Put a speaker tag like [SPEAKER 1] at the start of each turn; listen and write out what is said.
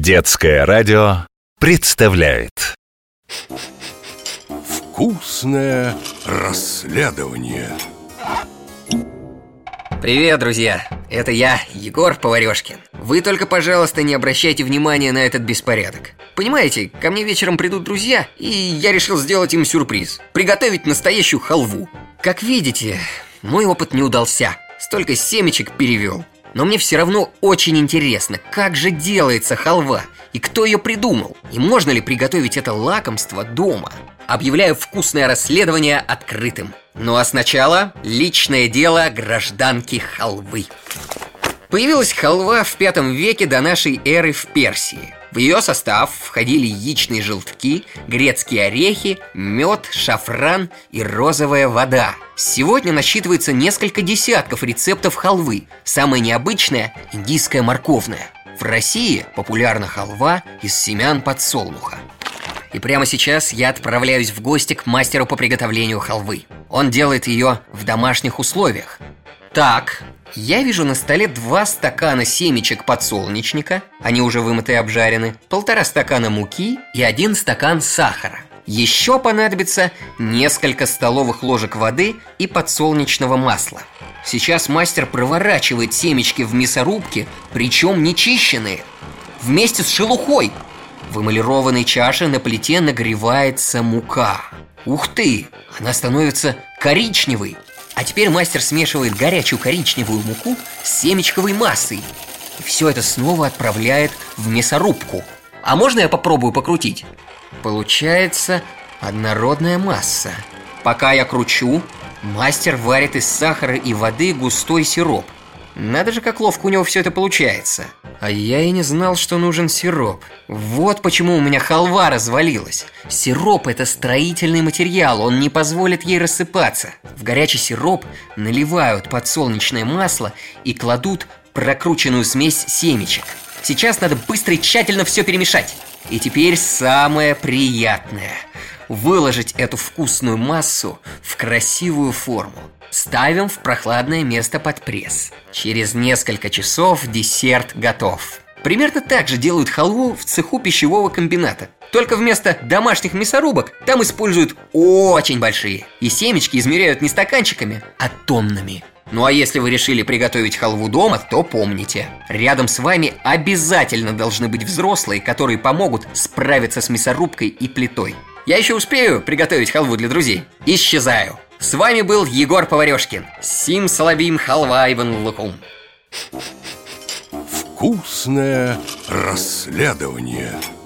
[SPEAKER 1] Детское радио представляет
[SPEAKER 2] Вкусное расследование.
[SPEAKER 3] Привет, друзья! Это я, Егор Поварешкин. Вы только, пожалуйста, не обращайте внимания на этот беспорядок. Понимаете, ко мне вечером придут друзья, и я решил сделать им сюрприз. Приготовить настоящую халву. Как видите, мой опыт не удался. Столько семечек перевел. Но мне все равно очень интересно, как же делается халва, и кто ее придумал, и можно ли приготовить это лакомство дома. Объявляю вкусное расследование открытым. Ну а сначала личное дело гражданки халвы. Появилась халва в V веке до нашей эры в Персии. В ее состав входили яичные желтки, грецкие орехи, мед, шафран и розовая вода. Сегодня насчитывается несколько десятков рецептов халвы. Самое необычное – индийская морковная. В России популярна халва из семян подсолнуха. И прямо сейчас я отправляюсь в гости к мастеру по приготовлению халвы. Он делает ее в домашних условиях. Так, я вижу на столе 2 стакана семечек подсолнечника, они уже вымыты и обжарены, 1,5 стакана муки и 1 стакан сахара. Еще понадобится несколько столовых ложек воды и подсолнечного масла. Сейчас мастер проворачивает семечки в мясорубке, причем не чищенные, вместе с шелухой. В эмалированной чаше на плите нагревается мука. Ух ты, она становится коричневой. А теперь мастер смешивает горячую коричневую муку с семечковой массой. И все это снова отправляет в мясорубку. А можно я попробую покрутить? Получается однородная масса. Пока я кручу, мастер варит из сахара и воды густой сироп. Надо же, как ловко у него все это получается. А я и не знал, что нужен сироп. Вот почему у меня халва развалилась. Сироп – это строительный материал, он не позволит ей рассыпаться. В горячий сироп наливают подсолнечное масло и кладут прокрученную смесь семечек. Сейчас надо быстро и тщательно все перемешать. И теперь самое приятное – выложить эту вкусную массу в красивую форму. Ставим в прохладное место под пресс. Через несколько часов десерт готов. Примерно так же делают халву в цеху пищевого комбината. Только вместо домашних мясорубок там используют очень большие. И семечки измеряют не стаканчиками, а тоннами. Ну а если вы решили приготовить халву дома, то помните, рядом с вами обязательно должны быть взрослые, которые помогут справиться с мясорубкой и плитой. Я еще успею приготовить халву для друзей. Исчезаю. С вами был Егор Поварешкин. Сим салабим халва ибн лукум.
[SPEAKER 2] Вкусное расследование.